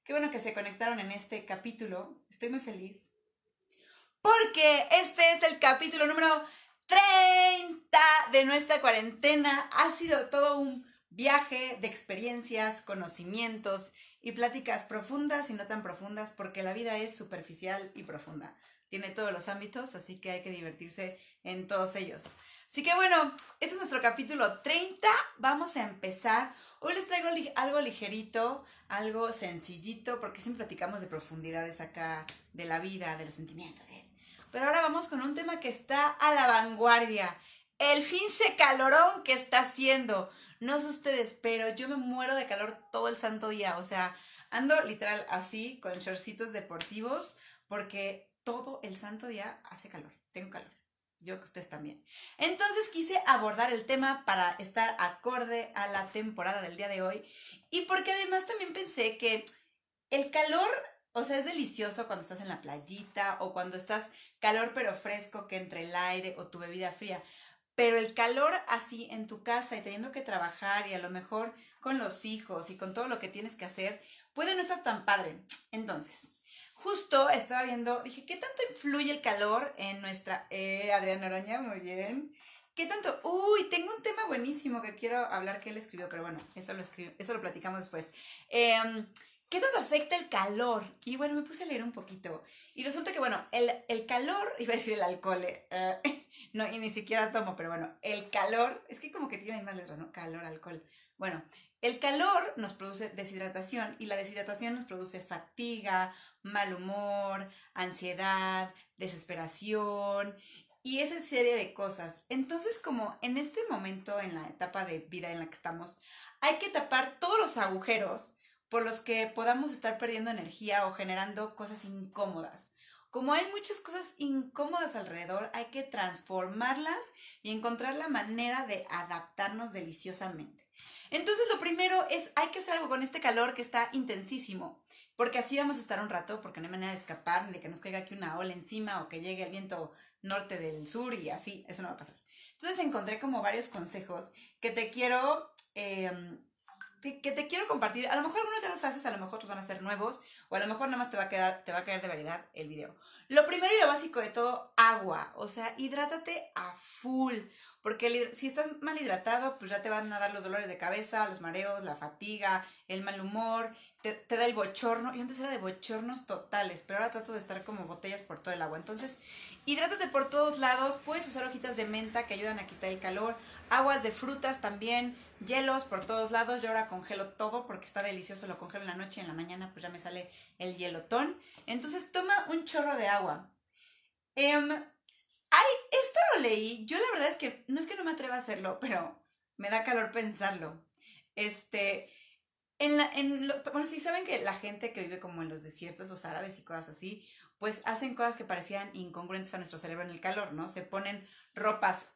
Qué bueno que se conectaron en este capítulo. Estoy muy feliz. Porque este es el capítulo número 30 de nuestra cuarentena. Ha sido todo un viaje de experiencias, conocimientos y pláticas profundas y no tan profundas, porque la vida es superficial y profunda. Tiene todos los ámbitos, así que hay que divertirse en todos ellos. Así que bueno, este es nuestro capítulo 30. Vamos a empezar. Hoy les traigo algo ligerito, algo sencillito, porque siempre platicamos de profundidades acá, de la vida, de los sentimientos. Pero ahora vamos con un tema que está a la vanguardia. El finche calorón que está haciendo. No sé ustedes, pero yo me muero de calor todo el santo día. O sea, ando literal así, con shortcitos deportivos, porque todo el santo día hace calor. Tengo calor. Yo que ustedes también. Entonces quise abordar el tema para estar acorde a la temporada del día de hoy. Y porque además también pensé que el calor, o sea, es delicioso cuando estás en la playita o cuando estás calor pero fresco que entre el aire o tu bebida fría. Pero el calor así en tu casa y teniendo que trabajar y a lo mejor con los hijos y con todo lo que tienes que hacer, puede no estar tan padre. Entonces, justo estaba viendo, dije, ¿qué tanto influye el calor en nuestra... Adriana Oroña, muy bien. ¿Qué tanto? Uy, tengo un tema buenísimo que quiero hablar que él escribió, pero bueno, eso lo platicamos después. ¿Qué tanto afecta el calor? Y bueno, me puse a leer un poquito. Y resulta que, bueno, el calor, iba a decir el alcohol, no, y ni siquiera tomo, pero bueno, el calor, es que como que tiene más letras, ¿no? Calor, alcohol. Bueno, el calor nos produce deshidratación y la deshidratación nos produce fatiga, mal humor, ansiedad, desesperación y esa serie de cosas. Entonces, como en este momento, en la etapa de vida en la que estamos, hay que tapar todos los agujeros por los que podamos estar perdiendo energía o generando cosas incómodas. Como hay muchas cosas incómodas alrededor, hay que transformarlas y encontrar la manera de adaptarnos deliciosamente. Entonces lo primero es, hay que hacer algo con este calor que está intensísimo, porque así vamos a estar un rato, porque no hay manera de escapar, ni de que nos caiga aquí una ola encima o que llegue el viento norte del sur y así, eso no va a pasar. Entonces encontré como varios consejos que te quiero compartir. A lo mejor algunos ya los haces, a lo mejor otros van a ser nuevos, o a lo mejor nada más te va a caer de variedad el video. Lo primero y lo básico de todo, agua. O sea, hidrátate a full. Porque si estás mal hidratado, pues ya te van a dar los dolores de cabeza, los mareos, la fatiga, el mal humor, te da el bochorno. Yo antes era de bochornos totales, pero ahora trato de estar como botellas por todo el agua. Entonces, hidrátate por todos lados. Puedes usar hojitas de menta que ayudan a quitar el calor, aguas de frutas también, hielos por todos lados. Yo ahora congelo todo porque está delicioso, lo congelo en la noche y en la mañana pues ya me sale el hielotón. Entonces toma un chorro de agua. Esto lo leí, yo la verdad es que no me atreva a hacerlo, pero me da calor pensarlo. Este, bueno, sí saben que la gente que vive como en los desiertos, los árabes y cosas así, pues hacen cosas que parecían incongruentes a nuestro cerebro en el calor, ¿no? Se ponen ropas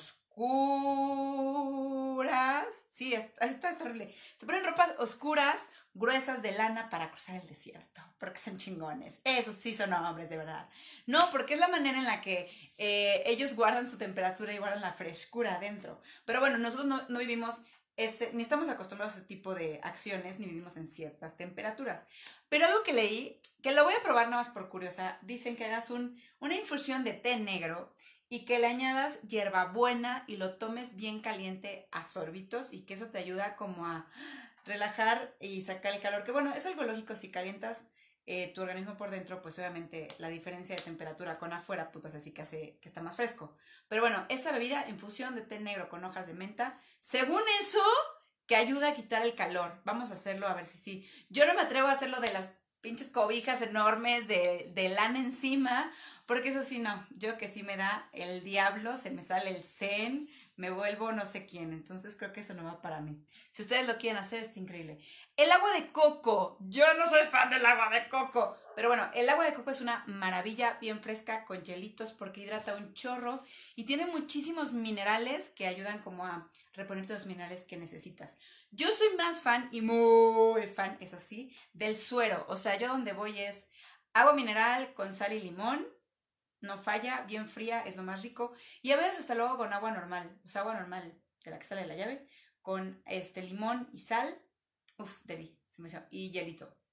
oscuras. Sí, está terrible. Se ponen ropas oscuras, gruesas de lana para cruzar el desierto, porque son chingones. Esos sí son hombres, de verdad. No, porque es la manera en la que ellos guardan su temperatura y guardan la frescura adentro. Pero bueno, nosotros no vivimos ni estamos acostumbrados a ese tipo de acciones, ni vivimos en ciertas temperaturas. Pero algo que leí, que lo voy a probar nada más por curiosa, dicen que hagas una infusión de té negro y que le añadas hierbabuena y lo tomes bien caliente a sorbitos y que eso te ayuda como a relajar y sacar el calor. Que bueno, es algo lógico, si calientas tu organismo por dentro, pues obviamente la diferencia de temperatura con afuera, pues así que hace que está más fresco. Pero bueno, esa bebida, infusión de té negro con hojas de menta, según eso, que ayuda a quitar el calor. Vamos a hacerlo a ver si sí. Yo no me atrevo a hacerlo de las pinches cobijas enormes de lana encima, porque eso sí no. Yo que sí me da el diablo, se me sale el zen, me vuelvo no sé quién. Entonces creo que eso no va para mí. Si ustedes lo quieren hacer, está increíble. El agua de coco. Yo no soy fan del agua de coco. Pero bueno, el agua de coco es una maravilla, bien fresca, con hielitos, porque hidrata un chorro y tiene muchísimos minerales que ayudan como a reponerte los minerales que necesitas. Yo soy más fan, y muy fan, es así, del suero. O sea, yo donde voy es agua mineral con sal y limón. No falla, bien fría, es lo más rico. Y a veces hasta lo hago con agua normal. O sea, agua normal, de la que sale de la llave, con limón y sal. Uf, deli, se me hizo. Y hielito.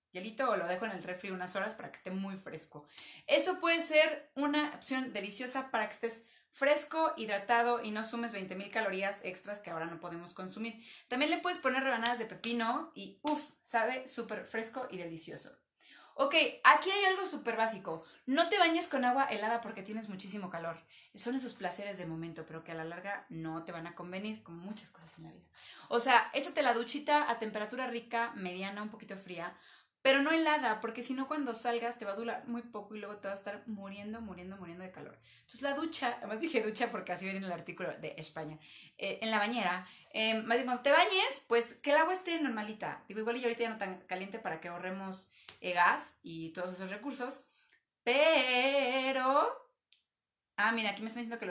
hielito o lo dejo en el refri unas horas para que esté muy fresco. Eso puede ser una opción deliciosa para que estés fresco, hidratado y no sumes 20,000 calorías extras que ahora no podemos consumir. También le puedes poner rebanadas de pepino y sabe súper fresco y delicioso. Ok, aquí hay algo súper básico. No te bañes con agua helada porque tienes muchísimo calor. Son esos placeres de momento, pero que a la larga no te van a convenir, como muchas cosas en la vida. O sea, échate la duchita a temperatura rica, mediana, un poquito fría, pero no helada, porque si no cuando salgas te va a durar muy poco y luego te vas a estar muriendo de calor. Entonces la ducha, además dije ducha porque así viene en el artículo de España, en la bañera, más bien cuando te bañes, pues que el agua esté normalita. Digo, igual y ahorita ya no tan caliente para que ahorremos gas y todos esos recursos, pero... Ah, mira, aquí me están diciendo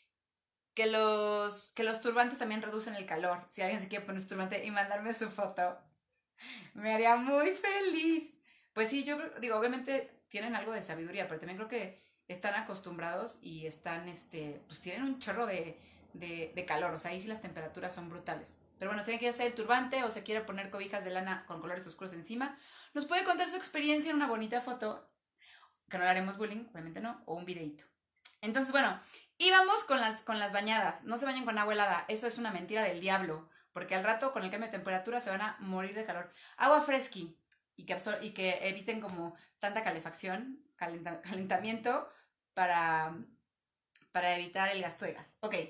que los turbantes también reducen el calor. Si alguien se quiere poner su turbante y mandarme su foto, me haría muy feliz. Pues sí, yo digo, obviamente tienen algo de sabiduría, pero también creo que están acostumbrados y están, pues tienen un chorro de calor. O sea, ahí sí las temperaturas son brutales. Pero bueno, si alguien quiere hacer el turbante o se quiere poner cobijas de lana con colores oscuros encima, nos puede contar su experiencia en una bonita foto, que no le haremos bullying, obviamente no, o un videito. Entonces, bueno, y vamos con las bañadas. No se bañen con agua helada, eso es una mentira del diablo, porque al rato con el cambio de temperatura se van a morir de calor. Agua fresqui y que eviten como tanta calefacción, calentamiento para, para evitar el gasto de gas. Ok.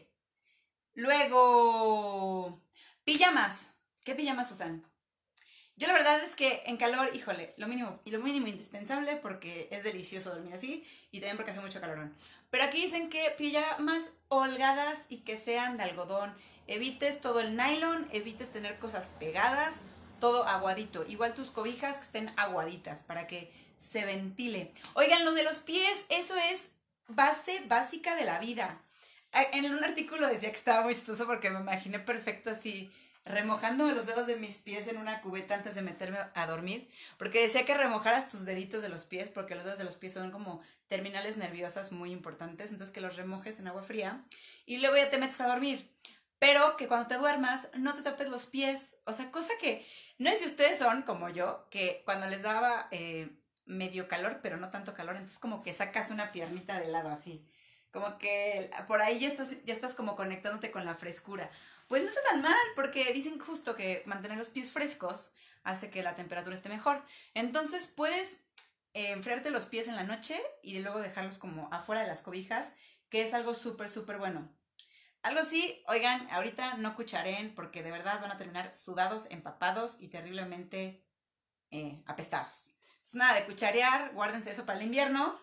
Luego, pijamas. ¿Qué pijamas usan? Yo la verdad es que en calor, híjole, lo mínimo indispensable porque es delicioso dormir así y también porque hace mucho calorón. Pero aquí dicen que pijamas holgadas y que sean de algodón. Evites todo el nylon, evites tener cosas pegadas, todo aguadito. Igual tus cobijas que estén aguaditas para que se ventile. Oigan, lo de los pies, eso es base básica de la vida. En un artículo decía que estaba muy chistoso porque me imaginé perfecto así remojándome los dedos de mis pies en una cubeta antes de meterme a dormir, porque decía que remojaras tus deditos de los pies, porque los dedos de los pies son como terminales nerviosas muy importantes, entonces que los remojes en agua fría y luego ya te metes a dormir. Pero que cuando te duermas no te tapes los pies, o sea, cosa que no sé si ustedes son como yo, que cuando les daba medio calor, pero no tanto calor, entonces como que sacas una piernita de lado así, como que por ahí ya estás como conectándote con la frescura. Pues no está tan mal, porque dicen justo que mantener los pies frescos hace que la temperatura esté mejor. Entonces puedes enfriarte los pies en la noche y luego dejarlos como afuera de las cobijas, que es algo súper, súper bueno. Algo sí, oigan, ahorita no cucharen porque de verdad van a terminar sudados, empapados y terriblemente apestados. Entonces nada de cucharear, guárdense eso para el invierno.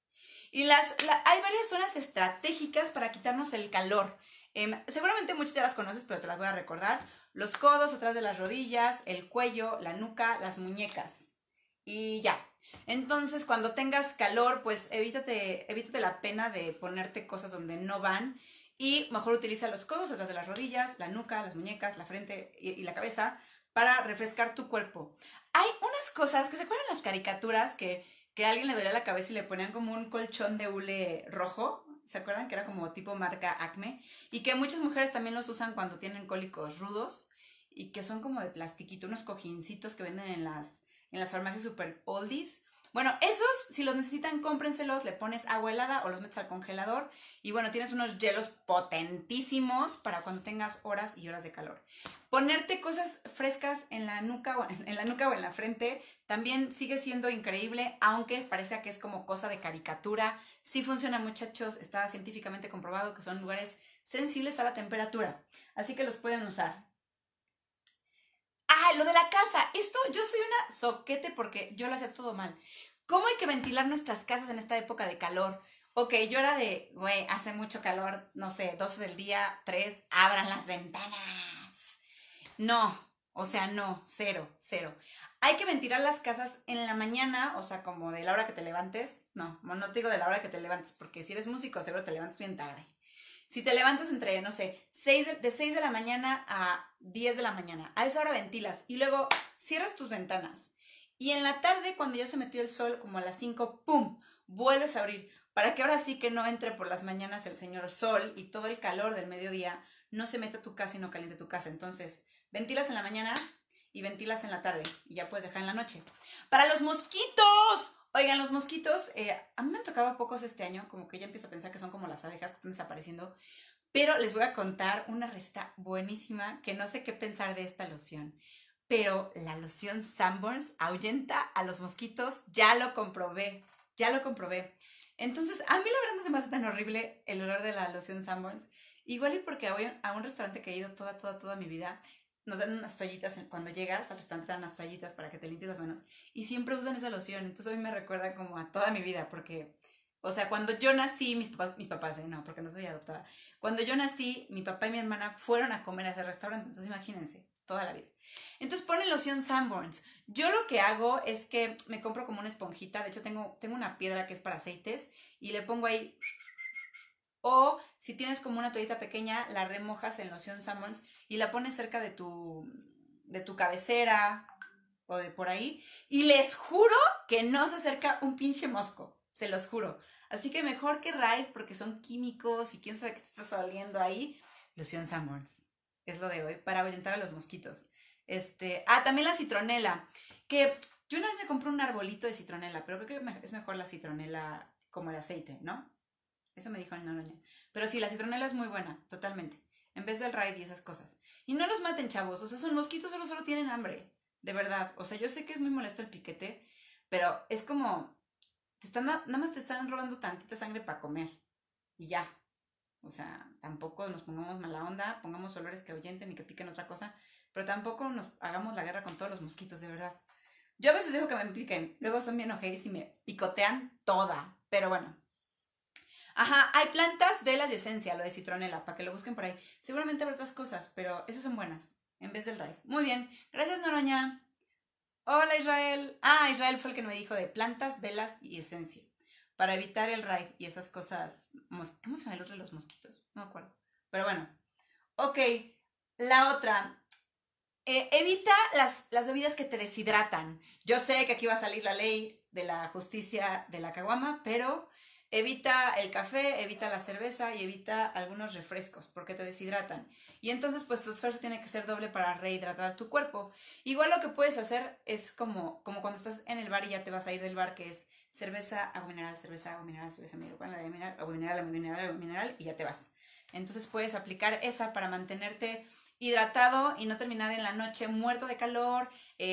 Y hay varias zonas estratégicas para quitarnos el calor. Seguramente muchas ya las conoces, pero te las voy a recordar. Los codos atrás de las rodillas, el cuello, la nuca, las muñecas. Y ya. Entonces, cuando tengas calor, pues evítate la pena de ponerte cosas donde no van. Y mejor utiliza los codos atrás de las rodillas, la nuca, las muñecas, la frente y la cabeza para refrescar tu cuerpo. Hay unas cosas que se acuerdan las caricaturas que a alguien le dolía la cabeza y le ponían como un colchón de hule rojo. ¿Se acuerdan? Que era como tipo marca Acme. Y que muchas mujeres también los usan cuando tienen cólicos rudos. Y que son como de plastiquito, unos cojincitos que venden en las farmacias super oldies. Bueno, esos, si los necesitan, cómprenselos, le pones agua helada o los metes al congelador. Y bueno, tienes unos hielos potentísimos para cuando tengas horas y horas de calor. Ponerte cosas frescas en la nuca o en la frente también sigue siendo increíble, aunque parezca que es como cosa de caricatura. Sí funciona, muchachos, está científicamente comprobado que son lugares sensibles a la temperatura, así que los pueden usar. Ah, lo de la casa. Esto, yo soy una soquete porque yo lo hacía todo mal. ¿Cómo hay que ventilar nuestras casas en esta época de calor? Ok, yo era de, güey, hace mucho calor, no sé, 12 del día, 3, abran las ventanas. No, o sea, no, cero, cero. Hay que ventilar las casas en la mañana, o sea, como de la hora que te levantes. No te digo de la hora que te levantes, porque si eres músico, seguro te levantas bien tarde. Si te levantas entre, no sé, de 6 de la mañana a 10 de la mañana, a esa hora ventilas y luego cierras tus ventanas. Y en la tarde, cuando ya se metió el sol, como a las 5, ¡pum!, vuelves a abrir, para que ahora sí que no entre por las mañanas el señor sol y todo el calor del mediodía no se meta a tu casa y no caliente tu casa. Entonces, ventilas en la mañana y ventilas en la tarde y ya puedes dejar en la noche. Para los mosquitos. Oigan, los mosquitos, a mí me han tocado pocos este año, como que ya empiezo a pensar que son como las abejas que están desapareciendo, pero les voy a contar una receta buenísima que no sé qué pensar de esta loción. Pero la loción Sanborns ahuyenta a los mosquitos, ya lo comprobé, ya lo comprobé. Entonces, a mí la verdad no se me hace tan horrible el olor de la loción Sanborns. Igual y porque voy a un restaurante que he ido toda mi vida, nos dan unas toallitas, cuando llegas al restaurante te dan unas toallitas para que te limpies las manos y siempre usan esa loción. Entonces a mí me recuerda como a toda mi vida porque, o sea, cuando yo nací, mis papás, no, porque no soy adoptada. Cuando yo nací, mi papá y mi hermana fueron a comer a ese restaurante. Entonces imagínense, toda la vida. Entonces ponen loción Sanborns. Yo lo que hago es que me compro como una esponjita. De hecho, tengo una piedra que es para aceites y le pongo ahí. O si tienes como una toallita pequeña, la remojas en loción Sanborns y la pones cerca de tu cabecera o de por ahí. Y les juro que no se acerca un pinche mosco. Se los juro. Así que mejor que Raid porque son químicos y quién sabe qué te está saliendo ahí. Loción Sanborns. Es lo de hoy para ahuyentar a los mosquitos. También la citronela. Que yo una vez me compré un arbolito de citronela, pero creo que es mejor la citronela como el aceite, ¿no? Eso me dijo Noroña. Pero sí, la citronela es muy buena, totalmente. En vez del Raid y esas cosas. Y no los maten, chavos. O sea, son mosquitos, solo tienen hambre. De verdad. O sea, yo sé que es muy molesto el piquete, pero es como, nada más te están robando tantita sangre para comer. Y ya. O sea, tampoco nos pongamos mala onda, pongamos olores que ahuyenten y que piquen otra cosa, pero tampoco nos hagamos la guerra con todos los mosquitos, de verdad. Yo a veces dejo que me piquen, luego son bien ojeis y me picotean toda, pero bueno. Ajá, hay plantas, velas y esencia, lo de citronela, para que lo busquen por ahí. Seguramente habrá otras cosas, pero esas son buenas, en vez del Raid. Muy bien, gracias Noroña. Hola Israel. Ah, Israel fue el que me dijo de plantas, velas y esencia. Para evitar el Raid y esas cosas. ¿Cómo se llama el otro de los mosquitos? No me acuerdo. Pero bueno. Ok. La otra. Evita las bebidas que te deshidratan. Yo sé que aquí va a salir la ley de la justicia de la caguama, pero evita el café, evita la cerveza y evita algunos refrescos porque te deshidratan. Y entonces pues tu esfuerzo tiene que ser doble para rehidratar tu cuerpo. Igual lo que puedes hacer es como cuando estás en el bar y ya te vas a ir del bar, que es cerveza, agua mineral, cerveza, agua mineral, cerveza mineral, agua mineral y ya te vas. Entonces puedes aplicar esa para mantenerte hidratado y no terminar en la noche muerto de calor,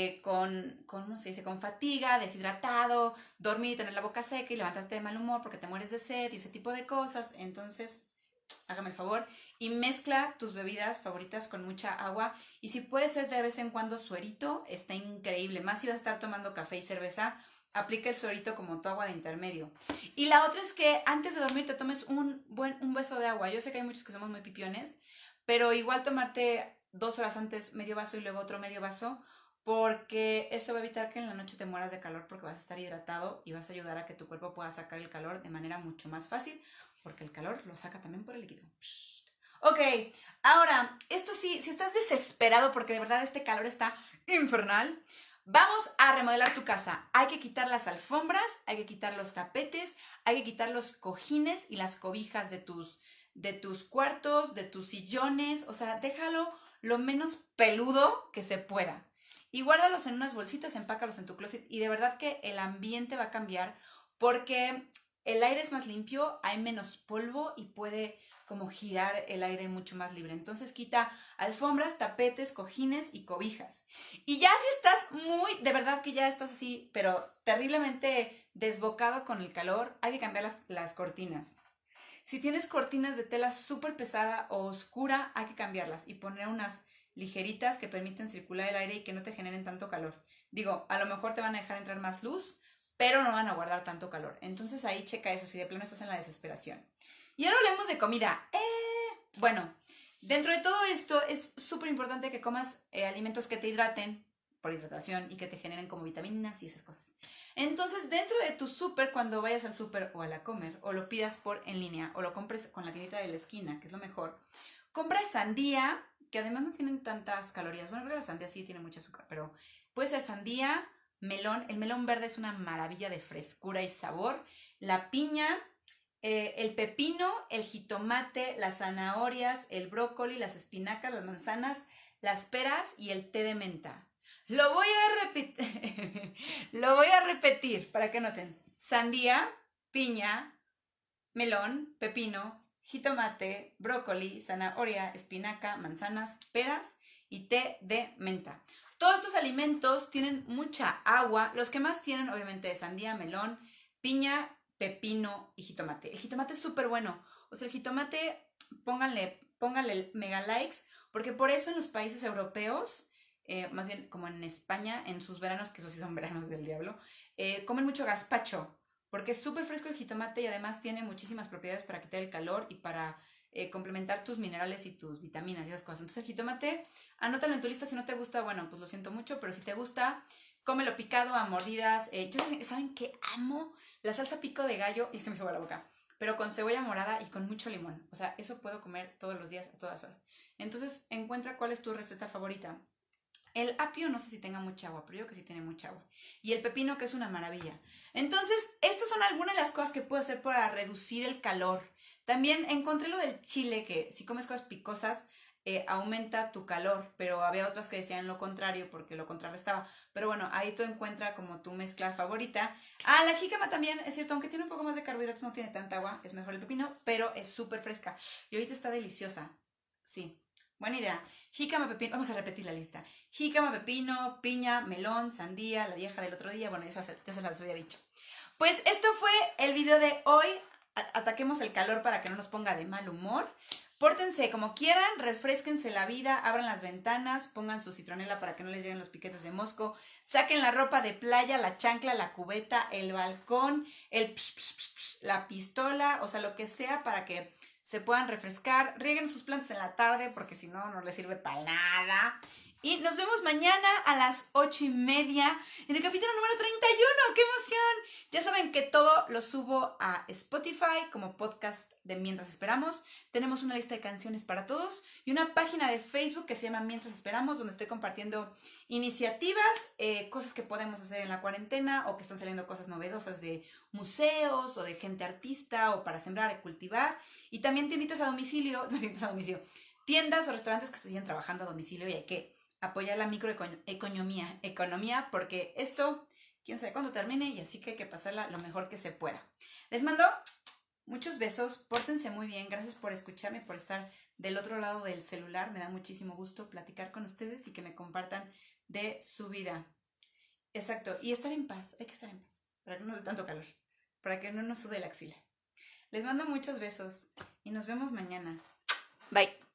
¿cómo se dice? Con fatiga, deshidratado, dormir y tener la boca seca y levantarte de mal humor porque te mueres de sed y ese tipo de cosas. Entonces, hágame el favor y mezcla tus bebidas favoritas con mucha agua y si puede ser de vez en cuando suerito, está increíble. Más si vas a estar tomando café y cerveza, aplica el suerito como tu agua de intermedio. Y la otra es que antes de dormir te tomes un vaso de agua. Yo sé que hay muchos que somos muy pipiones, pero igual tomarte 2 horas antes medio vaso y luego otro medio vaso, porque eso va a evitar que en la noche te mueras de calor porque vas a estar hidratado y vas a ayudar a que tu cuerpo pueda sacar el calor de manera mucho más fácil, porque el calor lo saca también por el líquido. Ok, ahora, esto sí, si estás desesperado porque de verdad este calor está infernal, vamos a remodelar tu casa. Hay que quitar las alfombras, hay que quitar los tapetes, hay que quitar los cojines y las cobijas de tus cuartos, de tus sillones, o sea, déjalo lo menos peludo que se pueda. Y guárdalos en unas bolsitas, empácalos en tu closet y de verdad que el ambiente va a cambiar porque el aire es más limpio, hay menos polvo y puede como girar el aire mucho más libre. Entonces quita alfombras, tapetes, cojines y cobijas. Y ya si estás de verdad que ya estás así, pero terriblemente desbocado con el calor, hay que cambiar las cortinas. Si tienes cortinas de tela súper pesada o oscura, hay que cambiarlas y poner unas ligeritas que permiten circular el aire y que no te generen tanto calor. Digo, a lo mejor te van a dejar entrar más luz, pero no van a guardar tanto calor. Entonces ahí checa eso, si de plano estás en la desesperación. Y ahora hablemos de comida. Bueno, dentro de todo esto es súper importante que comas alimentos que te hidraten por hidratación y que te generen como vitaminas y esas cosas. Entonces, dentro de tu súper, cuando vayas al súper o a la comer, o lo pidas en línea, o lo compres con la tiendita de la esquina, que es lo mejor, compra sandía, que además no tienen tantas calorías. Bueno, creo que la sandía sí tiene mucho azúcar, pero puede ser sandía, melón. El melón verde es una maravilla de frescura y sabor. La piña, el pepino, el jitomate, las zanahorias, el brócoli, las espinacas, las manzanas, las peras y el té de menta. Lo voy a repetir. Lo voy a repetir para que noten. Sandía, piña, melón, pepino, jitomate, brócoli, zanahoria, espinaca, manzanas, peras y té de menta. Todos estos alimentos tienen mucha agua. Los que más tienen, obviamente, es sandía, melón, piña, pepino y jitomate. El jitomate es súper bueno. O sea, el jitomate, pónganle mega likes, porque por eso en los países europeos, más bien como en España, en sus veranos, que esos sí son veranos del diablo, comen mucho gazpacho, porque es súper fresco el jitomate y además tiene muchísimas propiedades para quitar el calor y para complementar tus minerales y tus vitaminas y esas cosas. Entonces el jitomate, anótalo en tu lista. Si no te gusta, bueno, pues lo siento mucho, pero si te gusta, cómelo picado a mordidas. ¿Saben qué? Amo la salsa pico de gallo, y se me hizo la boca, pero con cebolla morada y con mucho limón. O sea, eso puedo comer todos los días, a todas horas. Entonces, encuentra cuál es tu receta favorita. El apio no sé si tenga mucha agua, pero yo creo que sí tiene mucha agua. Y el pepino, que es una maravilla. Entonces, estas son algunas de las cosas que puedo hacer para reducir el calor. También encontré lo del chile, que si comes cosas picosas, aumenta tu calor. Pero había otras que decían lo contrario, porque lo contrarrestaba. Pero bueno, ahí tú encuentras como tu mezcla favorita. Ah, la jícama también, es cierto, aunque tiene un poco más de carbohidratos, no tiene tanta agua. Es mejor el pepino, pero es súper fresca. Y ahorita está deliciosa. Sí. Buena idea. Jícama, pepino, vamos a repetir la lista. Jícama, pepino, piña, melón, sandía, la vieja del otro día. Bueno, ya se las había dicho. Pues esto fue el video de hoy. Ataquemos el calor para que no nos ponga de mal humor. Pórtense como quieran, refresquense la vida, abran las ventanas, pongan su citronela para que no les lleguen los piquetes de mosco, saquen la ropa de playa, la chancla, la cubeta, el balcón, la pistola, o sea, lo que sea para que se puedan refrescar. Rieguen sus plantas en la tarde porque si no, no les sirve para nada. Y nos vemos mañana a las 8:30 en el capítulo número 31. ¡Qué emoción! Ya saben que todo lo subo a Spotify como podcast de Mientras Esperamos. Tenemos una lista de canciones para todos y una página de Facebook que se llama Mientras Esperamos, donde estoy compartiendo iniciativas, cosas que podemos hacer en la cuarentena o que están saliendo cosas novedosas de museos o de gente artista o para sembrar y cultivar. Y también tiendas a domicilio, tiendas o restaurantes que siguen trabajando a domicilio y hay que apoyar la microeconomía, porque esto, quién sabe cuándo termine y así que hay que pasarla lo mejor que se pueda. Les mando muchos besos, pórtense muy bien, gracias por escucharme, por estar del otro lado del celular, me da muchísimo gusto platicar con ustedes y que me compartan de su vida. Exacto, y estar en paz, hay que estar en paz, para que no nos dé tanto calor, para que no nos sude la axila. Les mando muchos besos y nos vemos mañana. Bye.